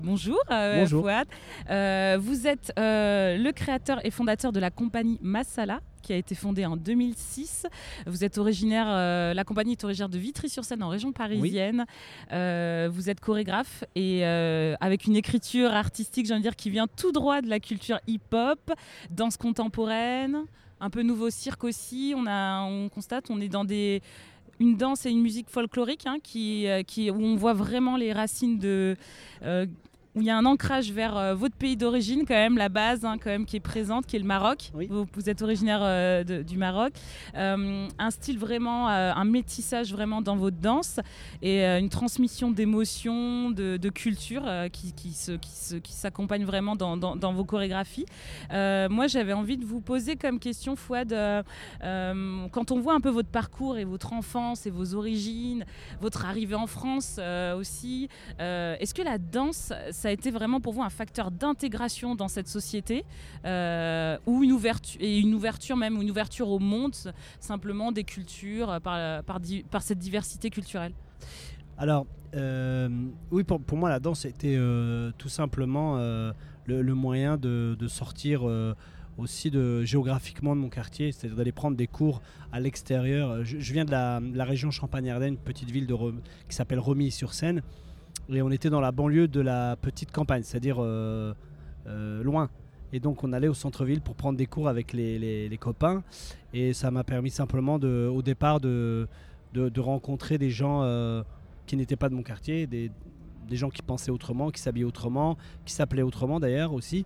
Bonjour, Bonjour. Fouad. Vous êtes le créateur et fondateur de la compagnie Masala, qui a été fondée en 2006. Vous êtes originaire, la compagnie est originaire de Vitry-sur-Seine, en région Oui. parisienne. Vous êtes chorégraphe et avec une écriture artistique, j'ai envie de dire, qui vient tout droit de la culture hip-hop, danse contemporaine, un peu nouveau cirque aussi. On constate, on est dans une danse et une musique folklorique où on voit vraiment les racines où il y a un ancrage vers votre pays d'origine quand même, la base quand même qui est présente, qui est le Maroc. Oui. Vous êtes originaire du Maroc. Un style vraiment, un métissage vraiment dans votre danse et une transmission d'émotions, de culture qui s'accompagne vraiment dans vos chorégraphies. Moi, j'avais envie de vous poser comme question, Fouad, quand on voit un peu votre parcours et votre enfance et vos origines, votre arrivée en France aussi, est-ce que la danse, ça a été vraiment pour vous un facteur d'intégration dans cette société ou une ouverture même, ou une ouverture au monde, simplement des cultures, par cette diversité culturelle? Alors, oui, pour moi, la danse était tout simplement le moyen de sortir aussi géographiquement de mon quartier, c'est-à-dire d'aller prendre des cours à l'extérieur. Je viens de la région Champagne-Ardenne, une petite ville qui s'appelle Romilly-sur-Seine, et on était dans la banlieue de la petite campagne, c'est-à-dire loin. Et donc on allait au centre-ville pour prendre des cours avec les copains, et ça m'a permis simplement au départ de rencontrer des gens qui n'étaient pas de mon quartier, des gens qui pensaient autrement, qui s'habillaient autrement, qui s'appelaient autrement d'ailleurs aussi.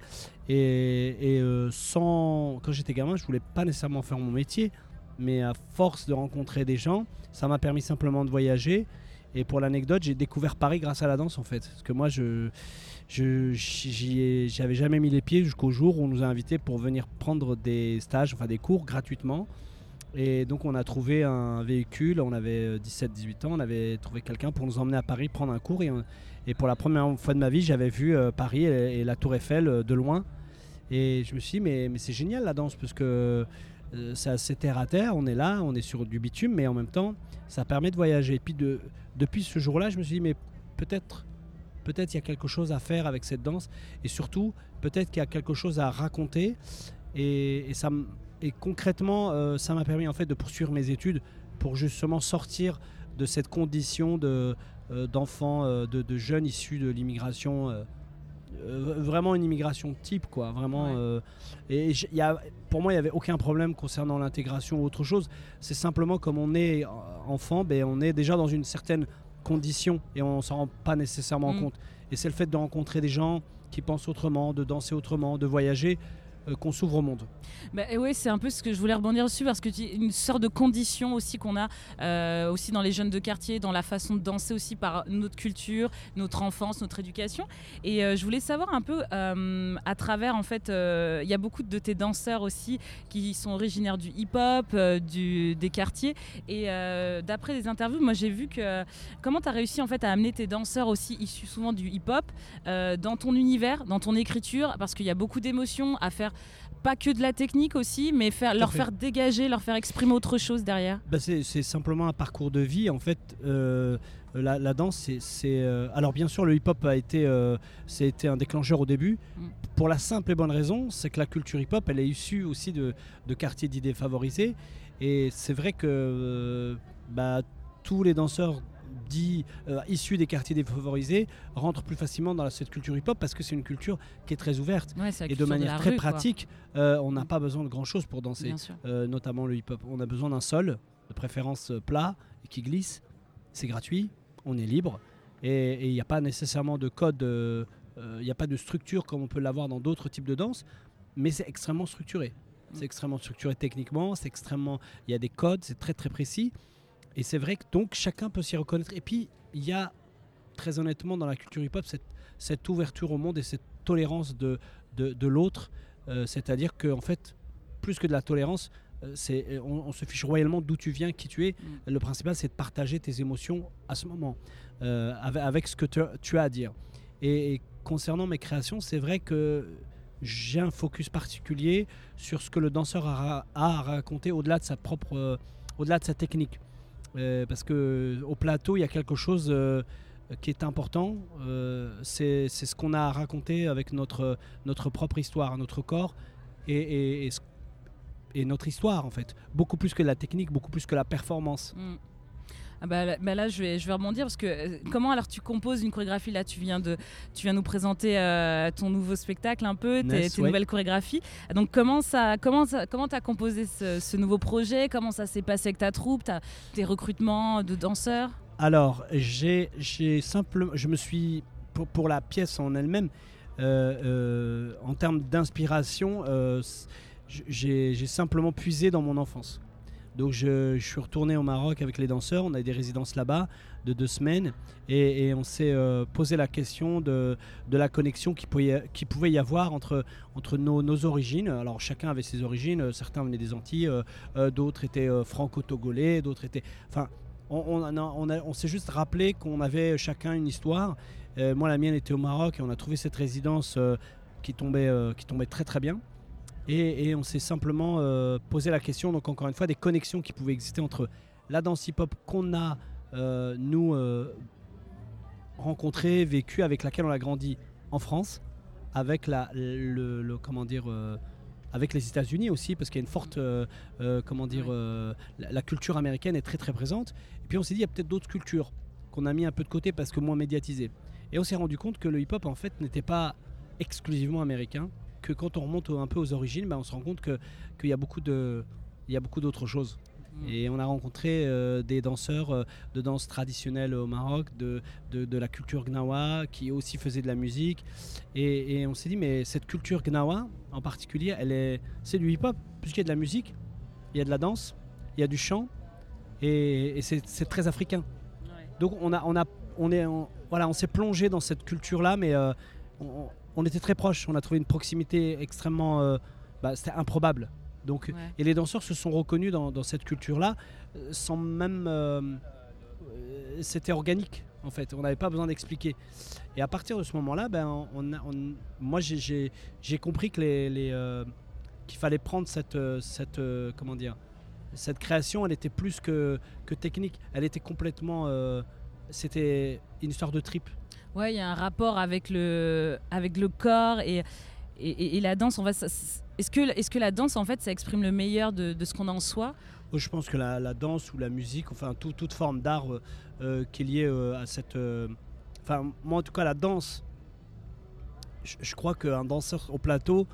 Quand j'étais gamin, je voulais pas nécessairement faire mon métier, mais à force de rencontrer des gens, ça m'a permis simplement de voyager. Et pour l'anecdote, j'ai découvert Paris grâce à la danse en fait. Parce que moi, j'y avais jamais mis les pieds jusqu'au jour où on nous a invités pour venir prendre des stages, enfin des cours gratuitement. Et donc on a trouvé un véhicule, on avait 17-18 ans, on avait trouvé quelqu'un pour nous emmener à Paris prendre un cours. Et pour la première fois de ma vie, j'avais vu Paris et la Tour Eiffel de loin. Et je me suis dit, mais c'est génial la danse, parce que c'est assez terre à terre, on est là, on est sur du bitume, mais en même temps, ça permet de voyager. Et puis depuis ce jour-là, je me suis dit, mais peut-être il y a quelque chose à faire avec cette danse, et surtout, peut-être qu'il y a quelque chose à raconter. Et concrètement, ça m'a permis en fait de poursuivre mes études pour justement sortir de cette condition d'enfants, de jeunes issus de l'immigration. Vraiment une immigration type, quoi, vraiment. Ouais. Pour moi, il n'y avait aucun problème concernant l'intégration ou autre chose. C'est simplement, comme on est enfant, on est déjà dans une certaine condition et on ne s'en rend pas nécessairement compte. Et c'est le fait de rencontrer des gens qui pensent autrement, de danser autrement, de voyager, qu'on s'ouvre au monde. Oui, c'est un peu ce que je voulais rebondir dessus, parce que une sorte de condition aussi qu'on a aussi dans les jeunes de quartier, dans la façon de danser aussi par notre culture, notre enfance, notre éducation. Et je voulais savoir un peu à travers, en fait, il y a beaucoup de tes danseurs aussi qui sont originaires du hip-hop, des quartiers. Et d'après des interviews, moi j'ai vu comment tu as réussi en fait à amener tes danseurs aussi issus souvent du hip-hop dans ton univers, dans ton écriture, parce qu'il y a beaucoup d'émotions à faire. Pas que de la technique aussi, mais leur faire dégager, leur faire exprimer autre chose derrière. C'est simplement un parcours de vie. En fait, la danse, alors bien sûr, le hip-hop c'était un déclencheur au début. Pour la simple et bonne raison, c'est que la culture hip-hop, elle est issue aussi de quartiers dits défavorisés. Et c'est vrai que tous les danseurs issus des quartiers défavorisés rentrent plus facilement dans cette culture hip-hop, parce que c'est une culture qui est très ouverte et de manière très pratique. On n'a pas besoin de grand chose pour danser, notamment le hip-hop. On a besoin d'un sol, de préférence plat et qui glisse. C'est gratuit, on est libre, et il n'y a pas nécessairement de code, il n'y a pas de structure comme on peut l'avoir dans d'autres types de danse, mais c'est extrêmement structuré. C'est extrêmement structuré techniquement, il y a des codes, c'est très très précis. Et c'est vrai que donc chacun peut s'y reconnaître. Et puis il y a très honnêtement dans la culture hip-hop cette ouverture au monde et cette tolérance de l'autre. C'est-à-dire qu'en fait, plus que de la tolérance, on se fiche royalement d'où tu viens, qui tu es. Le principal, c'est de partager tes émotions à ce moment, avec ce que tu as à dire. Et concernant mes créations, c'est vrai que j'ai un focus particulier sur ce que le danseur a à raconter au-delà de sa technique. Parce qu'au plateau, il y a quelque chose qui est important, c'est ce qu'on a à raconter avec notre propre histoire, notre corps et notre histoire en fait. Beaucoup plus que la technique, beaucoup plus que la performance. Ah là je vais rebondir parce que comment alors tu composes une chorégraphie là, tu viens nous présenter ton nouveau spectacle un peu, tes nouvelles chorégraphies. Donc comment t'as composé ce nouveau projet, comment ça s'est passé avec ta troupe, tes recrutements de danseurs? Alors j'ai simplement, je me suis pour la pièce en elle-même, en termes d'inspiration, j'ai simplement puisé dans mon enfance. Donc je suis retourné au Maroc avec les danseurs, on a des résidences là-bas de 2 semaines et on s'est posé la question de la connexion qui pouvait y avoir entre nos origines. Alors chacun avait ses origines, certains venaient des Antilles, d'autres étaient franco-togolais, d'autres étaient... Enfin, on s'est juste rappelé qu'on avait chacun une histoire. Moi la mienne était au Maroc et on a trouvé cette résidence qui tombait très très bien. Et on s'est simplement posé la question, donc encore une fois, des connexions qui pouvaient exister entre la danse hip-hop qu'on a, nous, rencontrée, vécue, avec laquelle on a grandi en France, avec avec les États-Unis aussi, parce qu'il y a une forte, la culture américaine est très très présente. Et puis on s'est dit, il y a peut-être d'autres cultures qu'on a mis un peu de côté parce que moins médiatisées. Et on s'est rendu compte que le hip-hop, en fait, n'était pas exclusivement américain. Que quand on remonte un peu aux origines, on se rend compte qu'il y a beaucoup d'autres choses. Et on a rencontré des danseurs de danse traditionnelle au Maroc, de la culture gnawa, qui aussi faisaient de la musique. Et on s'est dit, mais cette culture gnawa, en particulier, c'est du hip-hop, puisqu'il y a de la musique, il y a de la danse, il y a du chant, et c'est très africain. Ouais. Donc on s'est plongé dans cette culture-là, mais on était très proches, on a trouvé une proximité extrêmement... c'était improbable. Donc, ouais. Et les danseurs se sont reconnus dans cette culture-là, sans même... c'était organique, en fait, on n'avait pas besoin d'expliquer. Et à partir de ce moment-là, moi j'ai compris que qu'il fallait prendre cette création, elle était plus que technique, elle était complètement... c'était une histoire de trip. Ouais, il y a un rapport avec le corps et la danse. Est-ce que la danse, en fait, ça exprime le meilleur de ce qu'on a en soi ? Je pense que la danse ou la musique, enfin toute forme d'art qui est liée à cette... moi, en tout cas, la danse, je crois qu'un danseur au plateau,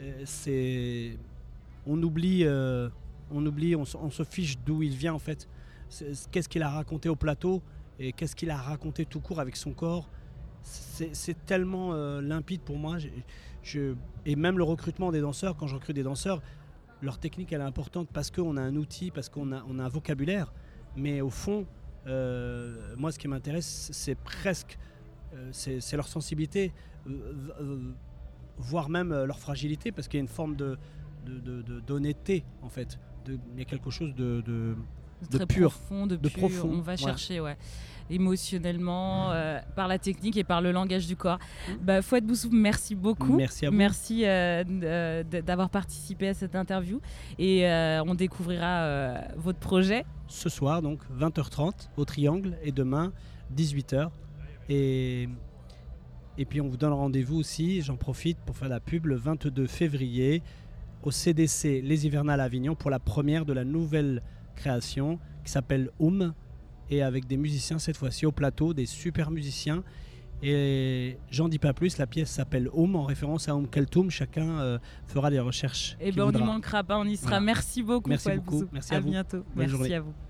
on oublie, on se fiche d'où il vient, en fait. Qu'est-ce qu'il a raconté au plateau et qu'est-ce qu'il a raconté tout court avec son corps. C'est tellement limpide pour moi. Et même le recrutement des danseurs, quand je recrute des danseurs, leur technique elle est importante parce qu'on a un outil, parce qu'on a un vocabulaire. Mais au fond, moi ce qui m'intéresse, c'est presque c'est leur sensibilité, voire même leur fragilité, parce qu'il y a une forme d'honnêteté en fait. Il y a quelque chose de pur, de profond. On va chercher, ouais. Émotionnellement, par la technique et par le langage du corps. Fouad Boussouf, merci beaucoup. Merci à vous. Merci d'avoir participé à cette interview. Et on découvrira votre projet. Ce soir, donc, 20h30 au Triangle, et demain, 18h. Et puis on vous donne rendez-vous aussi, j'en profite pour faire la pub, le 22 février au CDC Les Hivernales à Avignon pour la première de la nouvelle création qui s'appelle et avec des musiciens cette fois-ci au plateau, des super musiciens. Et j'en dis pas plus, la pièce s'appelle en référence à Keltoum. Chacun fera des recherches. Et on n'y manquera pas, on y sera. Voilà. Merci beaucoup. Merci beaucoup. Merci à vous. bientôt. Bonne journée. À vous.